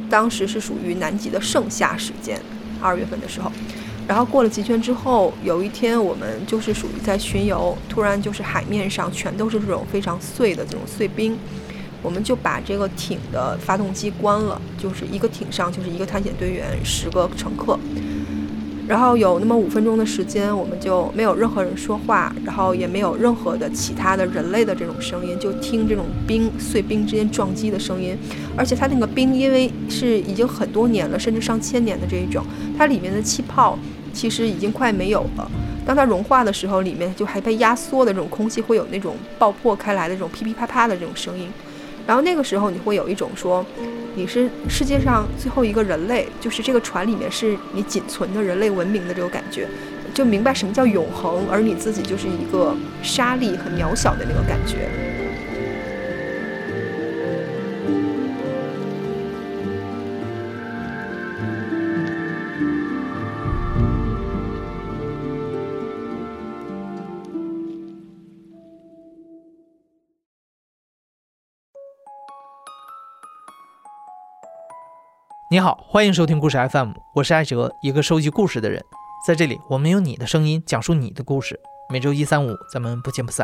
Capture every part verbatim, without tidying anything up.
当时是属于南极的盛夏时间，二月份的时候。然后过了极圈之后，有一天我们就是属于在巡游，突然就是海面上全都是这种非常碎的这种碎冰，我们就把这个艇的发动机关了，就是一个艇上就是一个探险队员，十个乘客。然后有那么五分钟的时间，我们就没有任何人说话，然后也没有任何的其他的人类的这种声音，就听这种冰碎冰之间撞击的声音。而且它那个冰因为是已经很多年了，甚至上千年的这一种，它里面的气泡其实已经快没有了。当它融化的时候，里面就还被压缩的这种空气会有那种爆破开来的这种噼噼啪啪的这种声音。然后那个时候你会有一种说你是世界上最后一个人类，就是这个船里面是你仅存的人类文明的这种感觉，就明白什么叫永恒，而你自己就是一个沙粒很渺小的那个感觉。 你好，欢迎收听故事 F M， 我是艾哲，一个收集故事的人。在这里，我们用你的声音讲述你的故事。每周一、三、五，咱们不见不散。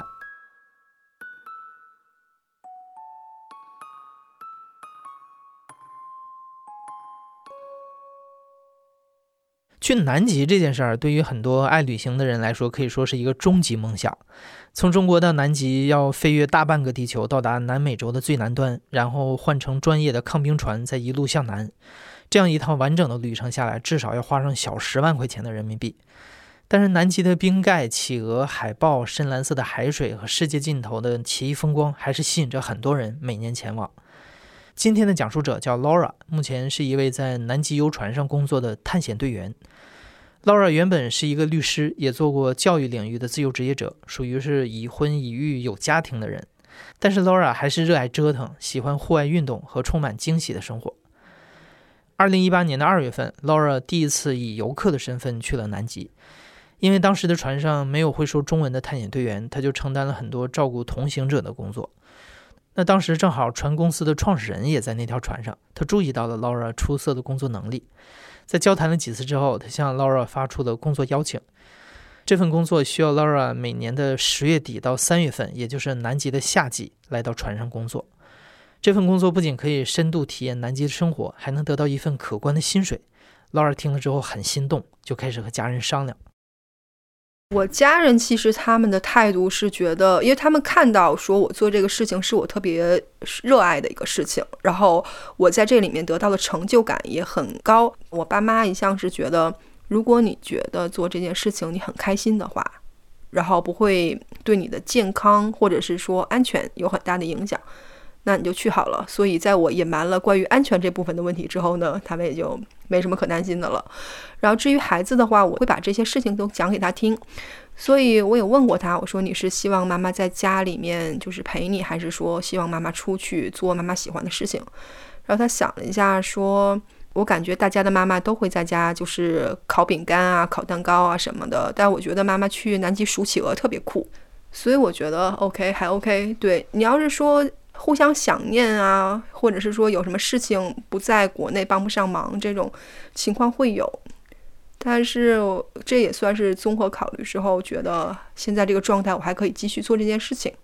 去南极这件事儿，对于很多爱旅行的人来说，可以说是一个终极梦想。从中国到南极，要飞越大半个地球，到达南美洲的最南端，然后换乘专业的抗冰船，再一路向南。这样一趟完整的旅程下来，至少要花上小十万块钱的人民币。但是南极的冰盖、企鹅、海豹、深蓝色的海水和世界尽头的奇异风光，还是吸引着很多人每年前往。今天的讲述者叫 Laura， 目前是一位在南极游船上工作的探险队员。Laura 原本是一个律师，也做过教育领域的自由职业者，属于是已婚已育有家庭的人。但是 Laura 还是热爱折腾，喜欢户外运动和充满惊喜的生活。二零一八年的二月份 Laura 第一次以游客的身份去了南极。因为当时的船上没有会说中文的探险队员，他就承担了很多照顾同行者的工作。那当时正好船公司的创始人也在那条船上，他注意到了 Laura 出色的工作能力。在交谈了几次之后，他向 Laura 发出了工作邀请。这份工作需要 Laura 每年的十月底到三月份，也就是南极的夏季，来到船上工作。这份工作不仅可以深度体验南极的生活，还能得到一份可观的薪水。 Laura 听了之后很心动，就开始和家人商量。 我家人其实他们的态度是觉得，因为他们看到说我做这个事情是我特别热爱的一个事情，然后我在这里面得到的成就感也很高。我爸妈一向是觉得，如果你觉得做这件事情你很开心的话，然后不会对你的健康或者是说安全有很大的影响，那你就去好了。所以在我隐瞒了关于安全这部分的问题之后呢，他们也就没什么可担心的了。然后至于孩子的话，我会把这些事情都讲给他听。所以我有问过他，我说你是希望妈妈在家里面就是陪你，还是说希望妈妈出去做妈妈喜欢的事情？然后他想了一下说，我感觉大家的妈妈都会在家就是烤饼干啊、烤蛋糕啊什么的，但我觉得妈妈去南极数企鹅特别酷，所以我觉得 OK 还 OK。 对，你要是说互相想念啊，或者是说有什么事情不在国内帮不上忙，这种情况会有，但是这也算是综合考虑之后觉得现在这个状态我还可以继续做这件事情。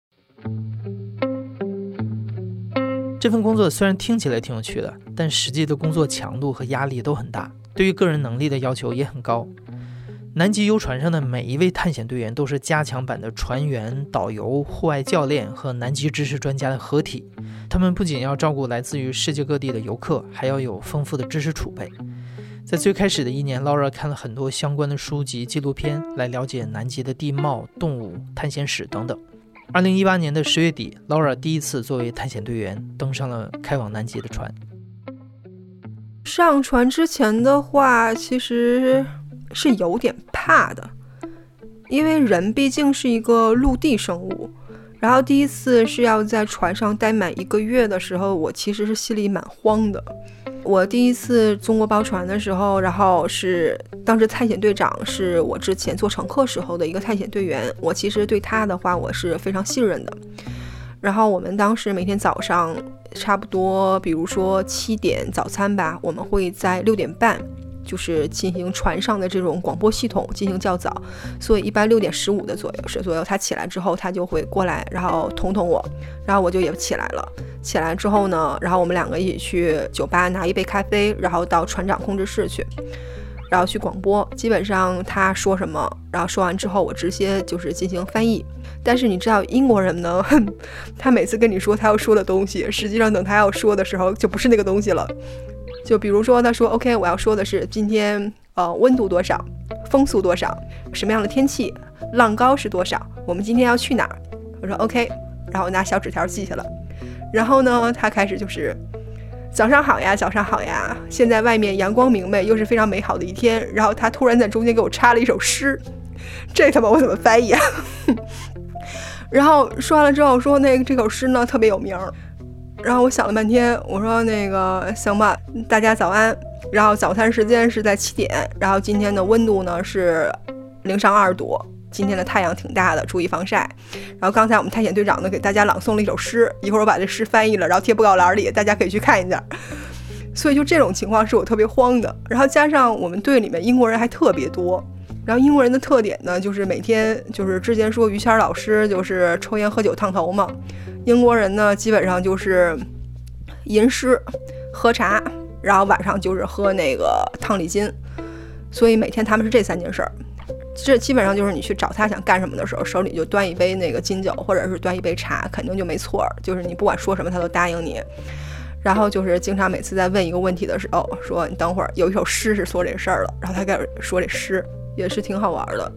这份工作虽然听起来挺有趣的，但实际的工作强度和压力都很大，对于个人能力的要求也很高。南极游船上的每一位探险队员都是加强版的船员、导游、户外教练和南极知识专家的合体。他们不仅要照顾来自于世界各地的游客，还要有丰富的知识储备。在最开始的一年， Laura 看了很多相关的书籍、纪录片，来了解南极的地貌、动物、探险史等等。二零一八年的十月底， Laura 第一次作为探险队员登上了开往南极的船。 上船之前的话，其实是有点怕的，因为人毕竟是一个陆地生物，然后第一次是要在船上待满一个月的时候，我其实是心里蛮慌的。我第一次中国包船的时候，然后是当时探险队长是我之前做乘客时候的一个探险队员，我其实对他的话我是非常信任的。 然后我们当时每天早上差不多，比如说七点早餐吧，我们会在六点半就是进行船上的这种广播系统进行较早，所以一般六点十五的左右是左右，他起来之后他就会过来，然后捅捅我，然后我就也起来了。起来之后呢，然后我们两个一起去酒吧拿一杯咖啡，然后到船长控制室去，然后去广播，基本上他说什么，然后说完之后我直接就是进行翻译。但是你知道英国人呢，他每次跟你说他要说的东西，实际上等他要说的时候就不是那个东西了。就比如说他说 OK 我要说的是今天呃温度多少，风速多少，什么样的天气，浪高是多少，我们今天要去哪儿。我说 OK， 然后我拿小纸条记下了。然后呢他开始就是早上好呀，早上好呀，现在外面阳光明媚，又是非常美好的一天。然后他突然在中间给我插了一首诗，这他妈我怎么翻译啊？然后说完了之后说那个这首诗呢特别有名，然后我想了半天，我说那个行吧，大家早安。然后早餐时间是在七点，然后今天的温度呢是零上二度，今天的太阳挺大的，注意防晒。然后刚才我们探险队长呢给大家朗诵了一首诗，一会儿我把这诗翻译了，然后贴布告栏里，大家可以去看一下。所以就这种情况是我特别慌的。然后加上我们队里面英国人还特别多，然后英国人的特点呢就是每天就是之前说于谦老师就是抽烟喝酒烫头嘛，英国人呢基本上就是吟诗喝茶，然后晚上就是喝那个烫礼金，所以每天他们是这三件事儿。这基本上就是你去找他想干什么的时候，手里就端一杯那个金酒或者是端一杯茶，肯定就没错，就是你不管说什么他都答应你。然后就是经常每次在问一个问题的时候说你等会儿有一首诗是说这事儿了，然后他开始说这诗，也是挺好玩的。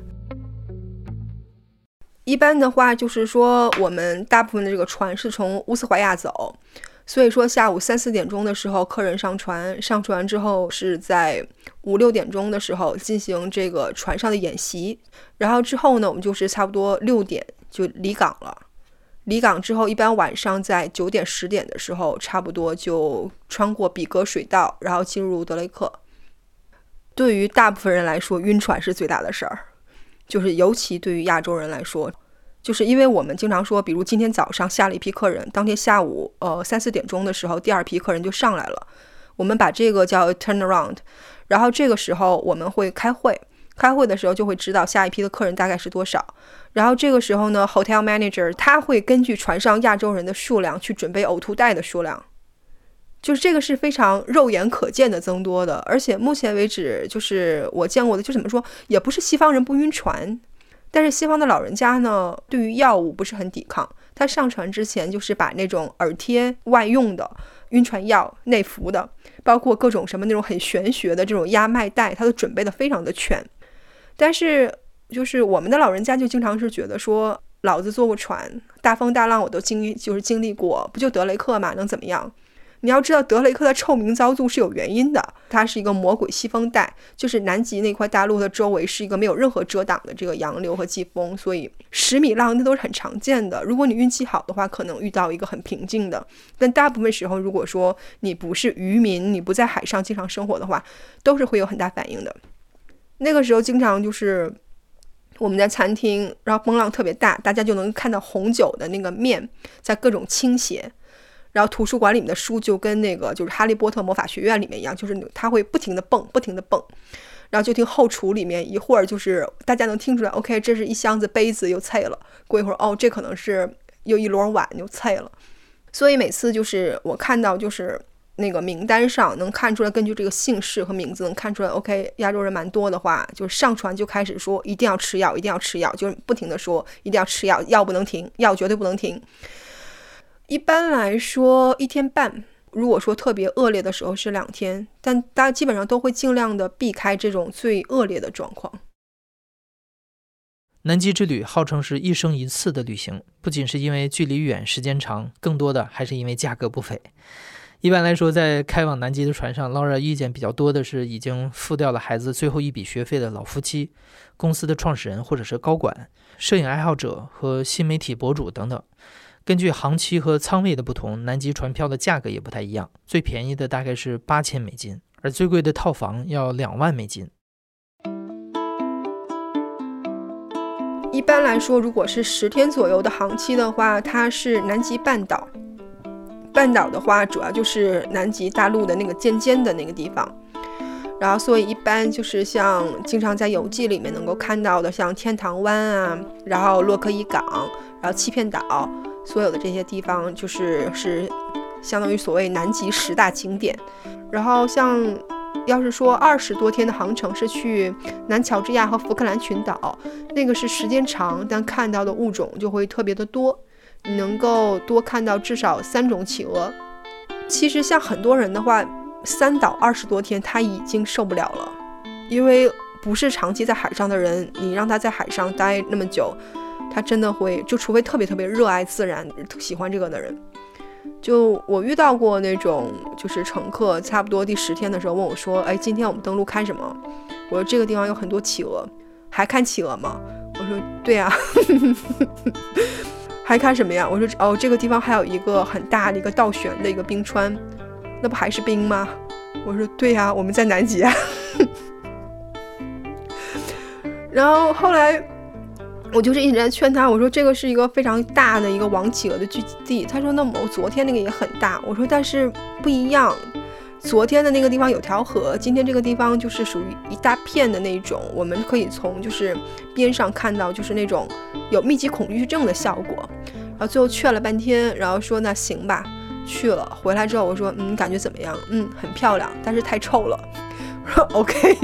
一般的话就是说我们大部分的这个船是从乌斯怀亚走，所以说下午三四点钟的时候客人上船，上船之后是在五六点钟的时候进行这个船上的演习，然后之后呢我们就是差不多六点就离港了。离港之后一般晚上在九点十点的时候差不多就穿过比格水道，然后进入德雷克。对于大部分人来说晕船是最大的事儿，就是尤其对于亚洲人来说，就是因为我们经常说比如今天早上下了一批客人，当天下午呃三四点钟的时候第二批客人就上来了，我们把这个叫 turnaround， 然后这个时候我们会开会，开会的时候就会知道下一批的客人大概是多少，然后这个时候呢 hotel manager 他会根据船上亚洲人的数量去准备呕吐袋的数量，就是这个是非常肉眼可见的增多的。而且目前为止就是我见过的，就怎么说也不是西方人不晕船，但是西方的老人家呢对于药物不是很抵抗，他上船之前就是把那种耳贴外用的晕船药内服的，包括各种什么那种很玄学的这种压脉带，他都准备的非常的全。但是就是我们的老人家就经常是觉得说老子坐过船，大风大浪我都经历就是经历过，不就德雷克嘛，能怎么样？你要知道德雷克的臭名昭著是有原因的，它是一个魔鬼西风带，就是南极那块大陆的周围是一个没有任何遮挡的这个洋流和季风，所以十米浪那都是很常见的。如果你运气好的话可能遇到一个很平静的，但大部分时候如果说你不是渔民，你不在海上经常生活的话，都是会有很大反应的。那个时候经常就是我们在餐厅，然后风浪特别大，大家就能看到红酒的那个面在各种倾斜，然后图书馆里面的书就跟那个就是哈利波特魔法学院里面一样，就是它会不停的蹦不停的蹦，然后就听后厨里面一会儿就是大家能听出来 OK 这是一箱子杯子又碎了，过一会儿哦这可能是又一摞碗又碎了。所以每次就是我看到就是那个名单上能看出来，根据这个姓氏和名字能看出来 OK 亚洲人蛮多的话，就是上船就开始说一定要吃药一定要吃药，就是不停的说一定要吃药，药不能停，药绝对不能停。一般来说一天半，如果说特别恶劣的时候是两天，但大家基本上都会尽量的避开这种最恶劣的状况。 南极之旅号称是一生一次的旅行，不仅是因为距离远时间长，更多的还是因为价格不菲。一般来说在开往南极的船上， Laura 遇见比较多的是已经付掉了孩子最后一笔学费的老夫妻，公司的创始人或者是高管，摄影爱好者和新媒体博主等等。根据航期和舱位的不同，南极船票的价格也不太一样，最便宜的大概是八千美金，而最贵的套房要两万美金。 一般来说，如果是十天左右的航期的话，它是南极半岛。半岛的话，主要就是南极大陆的那个尖尖的那个地方。然后，所以一般就是像经常在游记里面能够看到的，像天堂湾啊，然后洛克伊港，然后欺骗岛，所有的这些地方就是是相当于所谓南极十大景点。然后像要是说二十多天的航程是去南乔治亚和福克兰群岛，那个是时间长，但看到的物种就会特别的多，你能够多看到至少三种企鹅。其实像很多人的话，三岛二十多天他已经受不了了，因为不是长期在海上的人，你让他在海上待那么久，他真的会，就除非特别特别热爱自然喜欢这个的人。就我遇到过那种就是乘客差不多第十天的时候问我说，哎，今天我们登陆看什么？我说这个地方有很多企鹅。还看企鹅吗？我说对啊。还看什么呀？我说哦，这个地方还有一个很大的一个倒悬的一个冰川，那不还是冰吗？我说对啊，我们在南极啊。然后后来我就是一直在劝他，我说这个是一个非常大的一个王企鹅的聚集地。他说那我昨天那个也很大。我说但是不一样，昨天的那个地方有条河，今天这个地方就是属于一大片的那种，我们可以从就是边上看到就是那种有密集恐惧症的效果。然后最后劝了半天，然后说那行吧，去了。回来之后我说嗯，感觉怎么样？嗯，很漂亮，但是太臭了。我说 OK。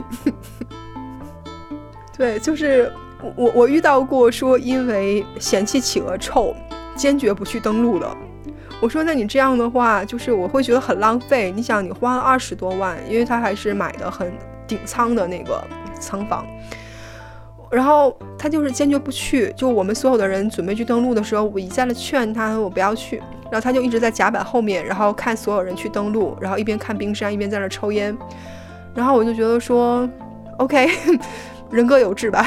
对，就是我我遇到过说因为嫌弃企鹅臭坚决不去登陆的。我说那你这样的话就是我会觉得很浪费，你想你花了二十多万，因为他还是买的很顶舱的那个舱房，然后他就是坚决不去。就我们所有的人准备去登陆的时候，我一再的劝他我不要去，然后他就一直在甲板后面，然后看所有人去登陆，然后一边看冰山一边在那抽烟。然后我就觉得说 OK， 人各有志吧。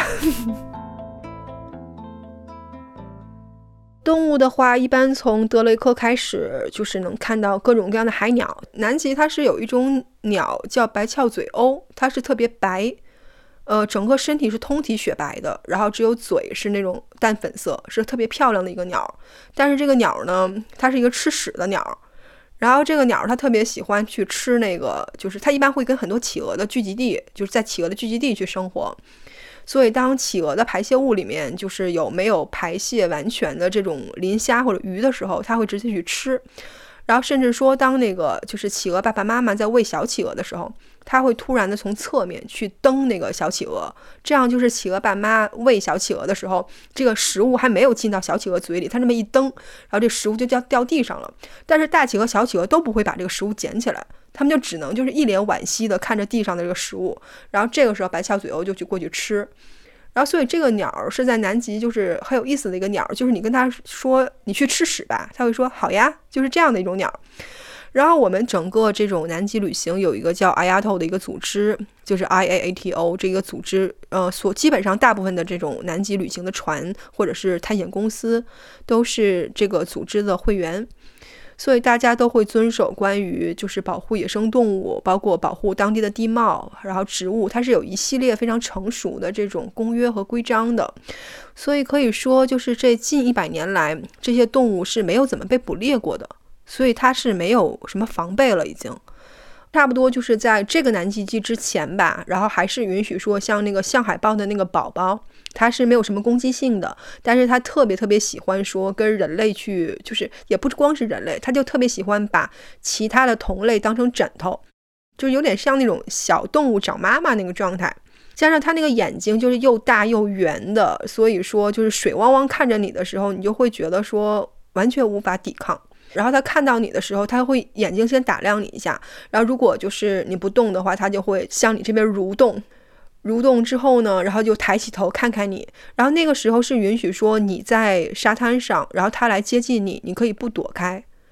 动物的话，一般从德雷克开始，就是能看到各种各样的海鸟。南极它是有一种鸟叫白鞘嘴鸥，它是特别白，呃，整个身体是通体雪白的，然后只有嘴是那种淡粉色，是特别漂亮的一个鸟。但是这个鸟呢，它是一个吃屎的鸟。然后这个鸟它特别喜欢去吃那个，就是它一般会跟很多企鹅的聚集地，就是在企鹅的聚集地去生活。所以当企鹅的排泄物里面就是有没有排泄完全的这种磷虾或者鱼的时候，它会直接去吃。然后甚至说当那个就是企鹅爸爸妈妈在喂小企鹅的时候，它会突然的从侧面去蹬那个小企鹅，这样就是企鹅爸妈喂小企鹅的时候，这个食物还没有进到小企鹅嘴里，它这么一蹬，然后这食物就掉掉地上了。但是大企鹅小企鹅都不会把这个食物捡起来，他们就只能就是一脸惋惜的看着地上的这个食物，然后这个时候白鞘嘴鸥就去过去吃。然后所以这个鸟是在南极就是很有意思的一个鸟，就是你跟他说你去吃屎吧，他会说好呀，就是这样的一种鸟。然后我们整个这种南极旅行有一个叫 I A T O 的一个组织，就是 I A A T O 这个组织，呃，所基本上大部分的这种南极旅行的船或者是探险公司都是这个组织的会员。所以大家都会遵守关于就是保护野生动物，包括保护当地的地貌，然后植物，它是有一系列非常成熟的这种公约和规章的。所以可以说就是这近一百年来，这些动物是没有怎么被捕猎过的，所以它是没有什么防备了，已经差不多就是在这个南极季之前吧，然后还是允许说像那个象海豹的那个宝宝，它是没有什么攻击性的，但是它特别特别喜欢说跟人类去，就是也不光是人类，它就特别喜欢把其他的同类当成枕头，就有点像那种小动物找妈妈那个状态。加上它那个眼睛就是又大又圆的，所以说就是水汪汪看着你的时候，你就会觉得说完全无法抵抗。然后他看到你的时候，他会眼睛先打量你一下，然后如果就是你不动的话，他就会向你这边蠕动，蠕动之后呢，然后就抬起头看看你。然后那个时候是允许说你在沙滩上，然后他来接近你，你可以不躲开。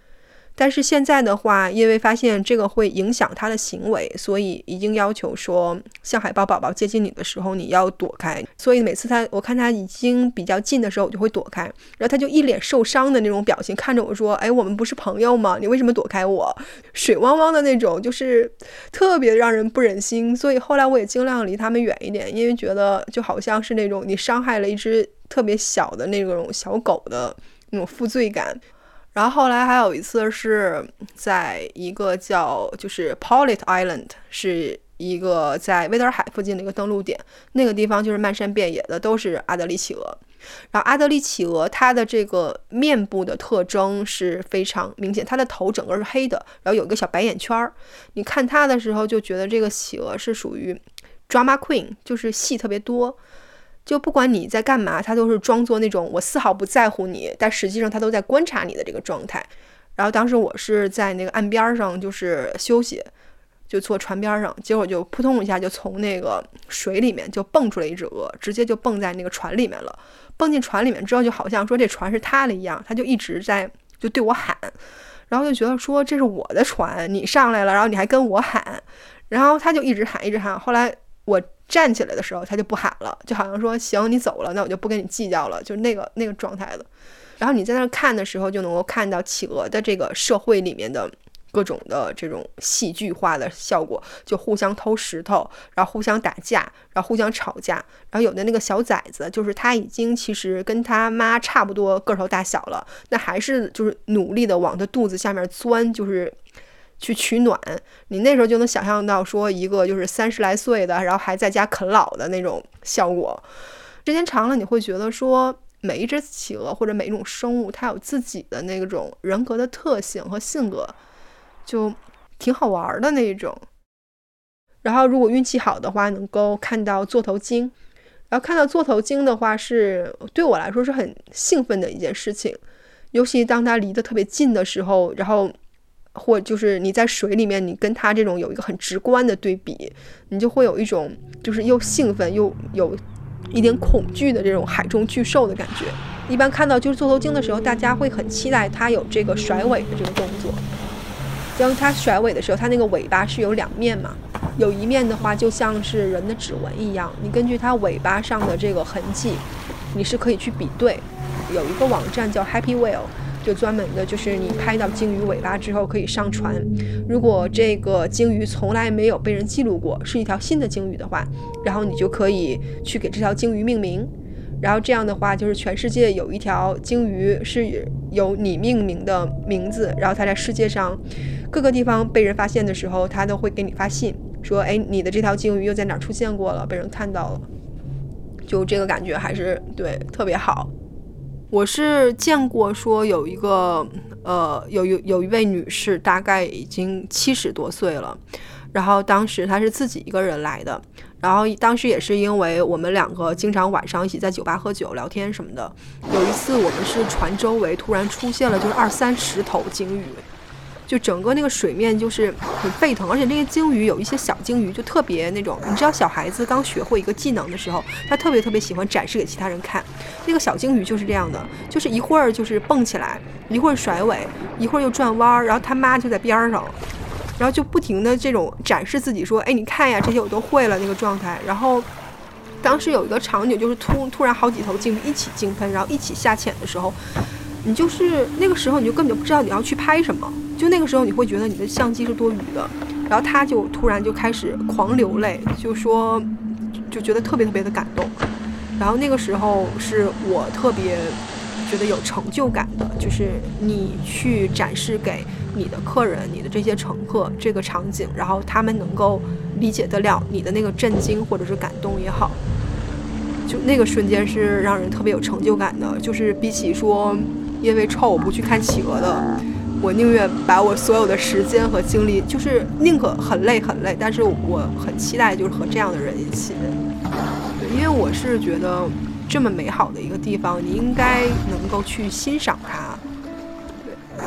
但是现在的话，因为发现这个会影响他的行为，所以已经要求说像海豹宝宝接近你的时候你要躲开。所以每次他我看他已经比较近的时候，我就会躲开，然后他就一脸受伤的那种表情看着我说，哎，我们不是朋友吗？你为什么躲开我？水汪汪的那种，就是特别让人不忍心。所以后来我也尽量离他们远一点，因为觉得就好像是那种你伤害了一只特别小的那种小狗的那种负罪感。然后后来还有一次是在一个叫就是 Paulet Island， 是一个在威德尔海附近的一个登陆点，那个地方就是漫山遍野的都是阿德利企鹅。然后阿德利企鹅它的这个面部的特征是非常明显，它的头整个是黑的，然后有一个小白眼圈，你看它的时候就觉得这个企鹅是属于 drama queen， 就是戏特别多，就不管你在干嘛，他都是装作那种我丝毫不在乎你，但实际上他都在观察你的这个状态。然后当时我是在那个岸边上就是休息，就坐船边上，结果就扑通一下就从那个水里面就蹦出来一只鹅，直接就蹦在那个船里面了。蹦进船里面之后就好像说这船是他的一样，他就一直在就对我喊，然后就觉得说这是我的船，你上来了，然后你还跟我喊，然后他就一直喊一直喊。后来我站起来的时候他就不喊了，就好像说行你走了，那我就不跟你计较了，就是那个那个状态的。然后你在那看的时候就能够看到企鹅的这个社会里面的各种的这种戏剧化的效果，就互相偷石头，然后互相打架，然后互相吵架。然后有的那个小崽子就是他已经其实跟他妈差不多个头大小了，那还是就是努力的往他肚子下面钻，就是去取暖。你那时候就能想象到说一个就是三十来岁的，然后还在家啃老的那种效果。时间长了你会觉得说每一只企鹅或者每一种生物它有自己的那种人格的特性和性格，就挺好玩的那种。然后如果运气好的话能够看到座头鲸，然后看到座头鲸的话是对我来说是很兴奋的一件事情，尤其当它离得特别近的时候，然后或就是你在水里面你跟它这种有一个很直观的对比，你就会有一种就是又兴奋又有一点恐惧的这种海中巨兽的感觉。一般看到就是座头鲸的时候，大家会很期待它有这个甩尾的这个动作。当它甩尾的时候，它那个尾巴是有两面嘛，有一面的话就像是人的指纹一样，你根据它尾巴上的这个痕迹你是可以去比对。有一个网站叫 Happy Whale， 就专门的就是你拍到鲸鱼尾巴之后可以上传，如果这个鲸鱼从来没有被人记录过，是一条新的鲸鱼的话，然后你就可以去给这条鲸鱼命名，然后这样的话就是全世界有一条鲸鱼是由你命名的名字，然后它在世界上各个地方被人发现的时候，它都会给你发信说，哎，你的这条鲸鱼又在哪儿出现过了，被人看到了。就这个感觉还是对特别好。我是见过说有一个呃有有有一位女士，大概已经七十多岁了，然后当时她是自己一个人来的，然后当时也是因为我们两个经常晚上一起在酒吧喝酒聊天什么的，有一次我们是船周围突然出现了就是二三十头鲸鱼，就整个那个水面就是很沸腾，而且那些鲸鱼有一些小鲸鱼就特别那种，你知道小孩子刚学会一个技能的时候，他特别特别喜欢展示给其他人看，那个小鲸鱼就是这样的，就是一会儿就是蹦起来，一会儿甩尾，一会儿又转弯，然后他妈就在边上，然后就不停的这种展示自己说，哎，你看呀，这些我都会了那个状态。然后当时有一个场景就是突突然好几头鲸鱼一起竞喷，然后一起下潜的时候，你就是那个时候你就根本就不知道你要去拍什么，就那个时候你会觉得你的相机是多余的，然后他就突然就开始狂流泪，就说就觉得特别特别的感动。然后那个时候是我特别觉得有成就感的，就是你去展示给你的客人你的这些乘客这个场景，然后他们能够理解得了你的那个震惊或者是感动也好，就那个瞬间是让人特别有成就感的。就是比起说因为臭我不去看企鹅的，我宁愿把我所有的时间和精力，就是宁可很累很累，但是我很期待就是和这样的人一起。对，因为我是觉得这么美好的一个地方，你应该能够去欣赏它。对。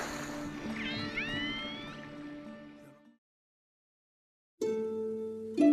此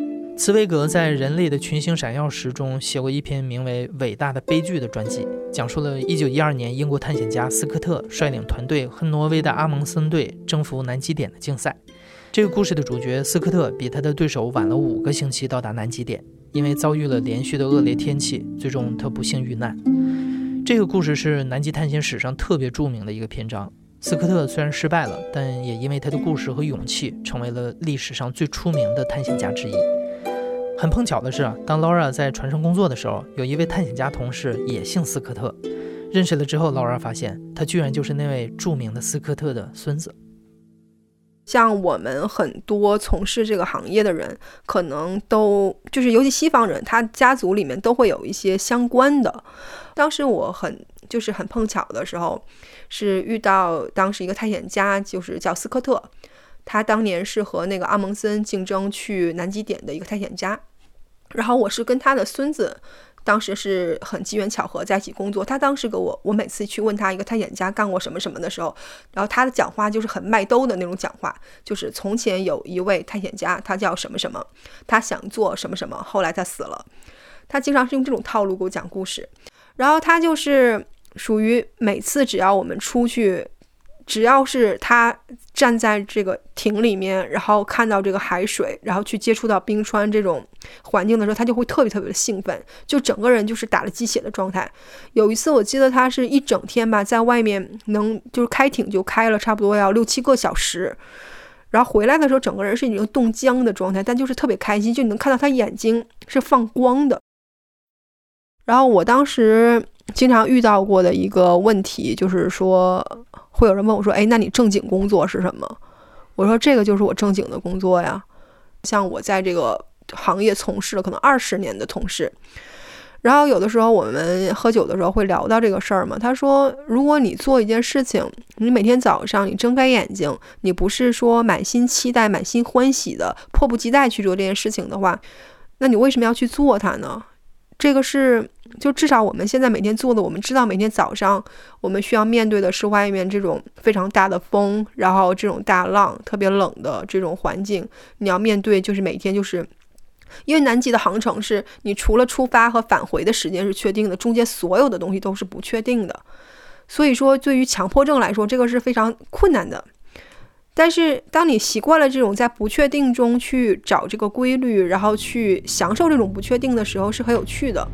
茨威格在《人类的群星闪耀时》中写过一篇名为《伟大的悲剧》的传记，讲述了一九一二年英国探险家斯科特率领团队和挪威的阿蒙森队征服南极点的竞赛。这个故事的主角斯科特比他的对手晚了五个星期到达南极点，因为遭遇了连续的恶劣天气，最终他不幸遇难。这个故事是南极探险史上特别著名的一个篇章。斯科特虽然失败了，但也因为他的故事和勇气成为了历史上最出名的探险家之一。很碰巧的是，当 Laura 在船上工作的时候，有一位探险家同事也姓斯科特。认识了之后， Laura 发现他居然就是那位著名的斯科特的孙子。 像我们很多从事这个行业的人，可能都就是尤其西方人，他家族里面都会有一些相关的。当时我很就是很碰巧的时候，是遇到当时一个探险家，就是叫斯科特，他当年是和那个阿蒙森竞争去南极点的一个探险家。然后我是跟他的孙子当时是很机缘巧合在一起工作。他当时给我，我每次去问他一个探险家干过什么什么的时候，然后他的讲话就是很卖兜的那种讲话，就是从前有一位探险家，他叫什么什么，他想做什么什么，后来他死了。他经常是用这种套路给我讲故事。然后他就是属于每次只要我们出去，只要是他站在这个艇里面，然后看到这个海水，然后去接触到冰川这种环境的时候，他就会特别特别的兴奋，就整个人就是打了鸡血的状态。有一次我记得他是一整天吧，在外面能就是开艇就开了差不多要六七个小时，然后回来的时候整个人是已经冻僵的状态，但就是特别开心，就你能看到他眼睛是放光的。然后我当时经常遇到过的一个问题就是说，会有人问我说，哎，那你正经工作是什么？我说这个就是我正经的工作呀。像我在这个行业从事了可能二十年的同事，然后有的时候我们喝酒的时候会聊到这个事儿嘛。他说，如果你做一件事情，你每天早上你睁开眼睛，你不是说满心期待、满心欢喜的、迫不及待去做这件事情的话，那你为什么要去做它呢？这个是就至少我们现在每天做的，我们知道每天早上我们需要面对的是外面这种非常大的风，然后这种大浪，特别冷的这种环境，你要面对就是每天就是因为南极的航程是你除了出发和返回的时间是确定的，中间所有的东西都是不确定的。所以说对于强迫症来说，这个是非常困难的。但是当你习惯了这种在不确定中去找这个规律，然后去享受这种不确定的时候，是很有趣的。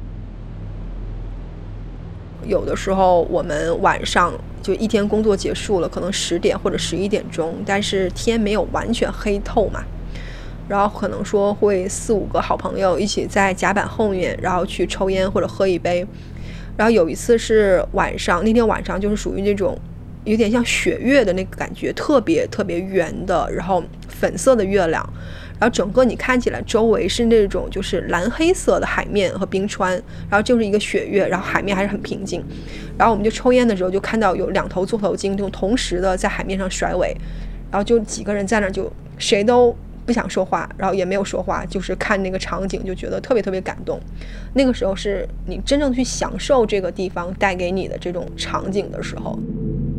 有的时候我们晚上就一天工作结束了，可能十点或者十一点钟，但是天没有完全黑透嘛，然后可能说会四五个好朋友一起在甲板后面，然后去抽烟或者喝一杯。然后有一次是晚上，那天晚上就是属于那种有点像雪月的那个感觉，特别特别圆的，然后粉色的月亮，然后整个你看起来周围是那种就是蓝黑色的海面和冰川，然后就是一个雪月，然后海面还是很平静。然后我们就抽烟的时候就看到有两头座头鲸就同时的在海面上甩尾，然后就几个人在那就谁都不想说话，然后也没有说话，就是看那个场景就觉得特别特别感动。那个时候是你真正去享受这个地方带给你的这种场景的时候。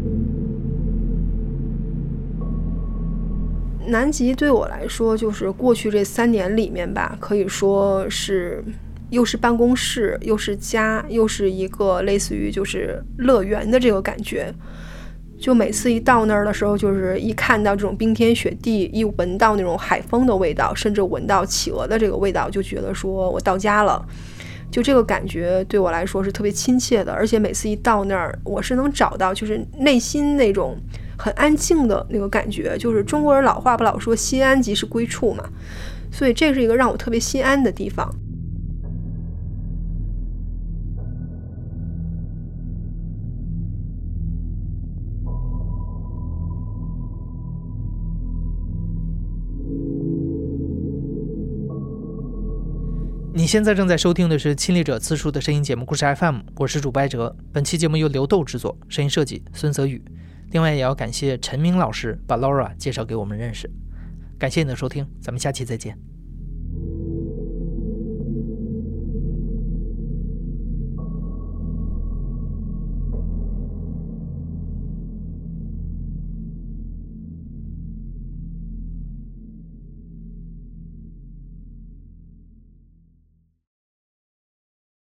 南极对我来说，就是过去这三年里面吧，可以说是又是办公室，又是家，又是一个类似于就是乐园的这个感觉。就每次一到那儿的时候，就是一看到这种冰天雪地，一闻到那种海风的味道，甚至闻到企鹅的这个味道，就觉得说我到家了。就这个感觉对我来说是特别亲切的，而且每次一到那儿，我是能找到就是内心那种很安静的那个感觉。就是中国人老话不老说心安即是归处嘛，所以这是一个让我特别心安的地方。 你现在正在收听的是亲历者自述的声音节目故事 F M， 我是主播艾哲。本期节目由刘豆制作，声音设计孙泽宇。另外也要感谢陈明老师把 Laura 介绍给我们认识。感谢你的收听，咱们下期再见。